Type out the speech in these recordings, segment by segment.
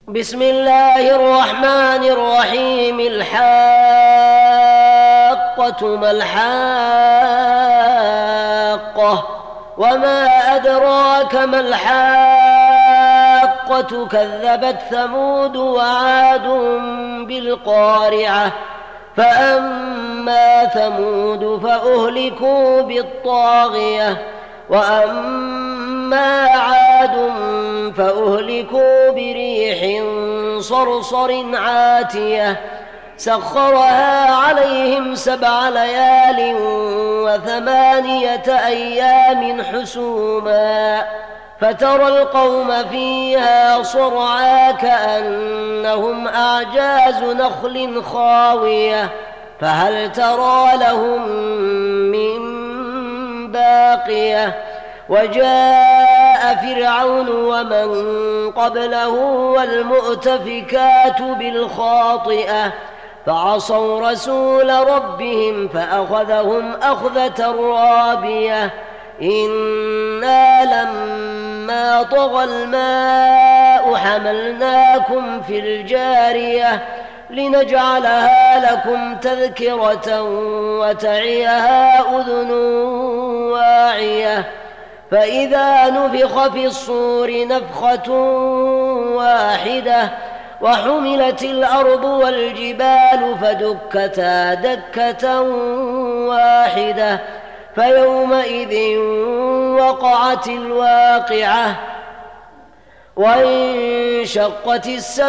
بسم الله الرحمن الرحيم. الحاقة ما الحاقة وما أدراك ما الحاقة كذبت ثمود وعاد بالقارعة فأما ثمود فأهلكوا بالطاغية وأما عاد فأهلكوا بريح صرصر عاتية سخرها عليهم 7 ليال و8 أيام حسوما فترى القوم فيها صرعا كأنهم أعجاز نخل خاوية فهل ترى لهم من باقية وجاء فرعون ومن قبله والمؤتفكات بالخاطئة فعصوا رسول ربهم فأخذهم أخذة رابية إنا لما طغى الماء حملناكم في الجارية لنجعلها لكم تذكرة وتعيها أذن واعية فإذا نفخ في الصور نفخة واحدة وحملت الأرض والجبال فدكتا دكة واحدة فيومئذ وقعت الواقعة وانشقت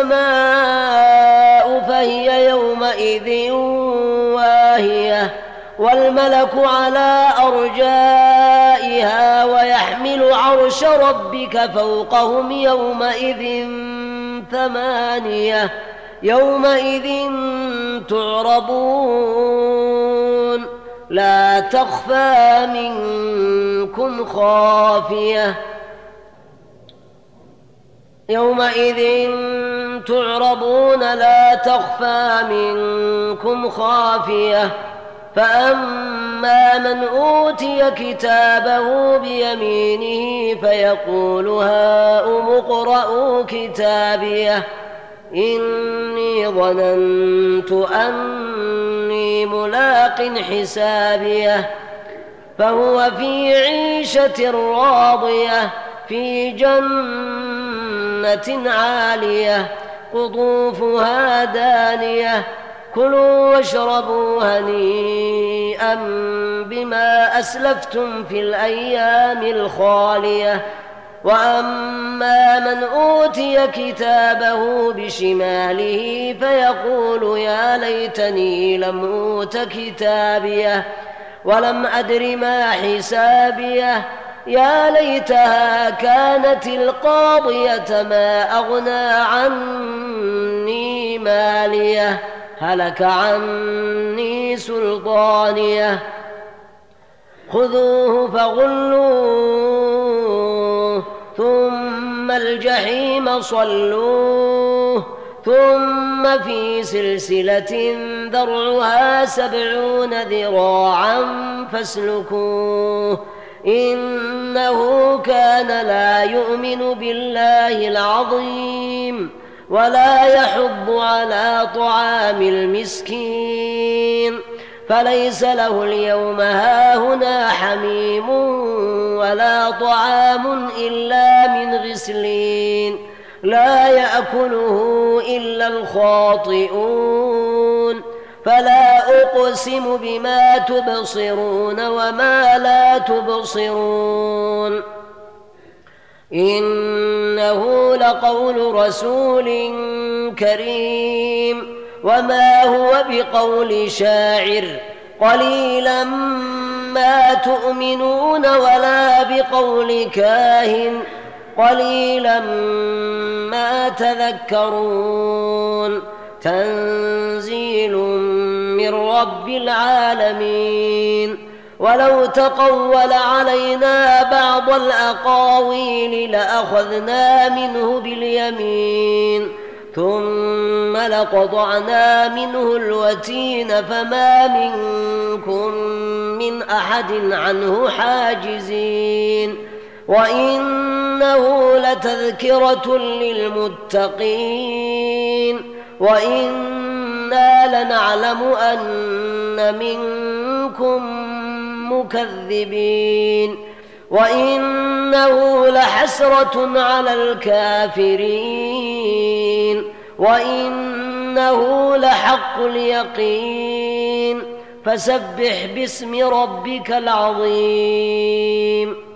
السماء فهي يومئذ واهية والملك على أرجائها ويحمل عرش ربك فوقهم يومئذ 8 يومئذ تعرضون لا تخفى منكم خافية يومئذ تعرضون لا تخفى منكم خافية فأما من أوتي كتابه بيمينه فيقول هاؤم اقرءوا كتابيه إني ظننت أني ملاق حسابيه فهو في عيشة راضية في جنة عالية قطوفها دانية كلوا واشربوا هنيئا بما أسلفتم في الأيام الخالية وأما من أوتي كتابه بشماله فيقول يا ليتني لم أوت كتابيه ولم أدر ما حسابيه يا ليتها كانت القاضية ما أغنى عني ماليه هلك عني سلطانيه خذوه فغلوه ثم الجحيم صلوه ثم في سلسلة ذرعها 70 ذراعا فاسلكوه إنه كان لا يؤمن بالله العظيم ولا يحض على طعام المسكين فليس له اليوم هاهنا حميم ولا طعام إلا من غسلين لا يأكله إلا الخاطئون فلا أقسم بما تبصرون وما لا تبصرون إنه لقول رسول كريم وما هو بقول شاعر قليلا ما تؤمنون ولا بقول كاهن قليلا ما تذكرون تنزيل من رب العالمين ولو تقول علينا بعض الأقاويل لأخذنا منه باليمين ثم لقطعنا منه الوتين فما منكم من أحد عنه حاجزين وإن وإنه لتذكرة للمتقين وإنا لنعلم أن منكم مكذبين وإنه لحسرة على الكافرين وإنه لحق اليقين فسبح باسم ربك العظيم.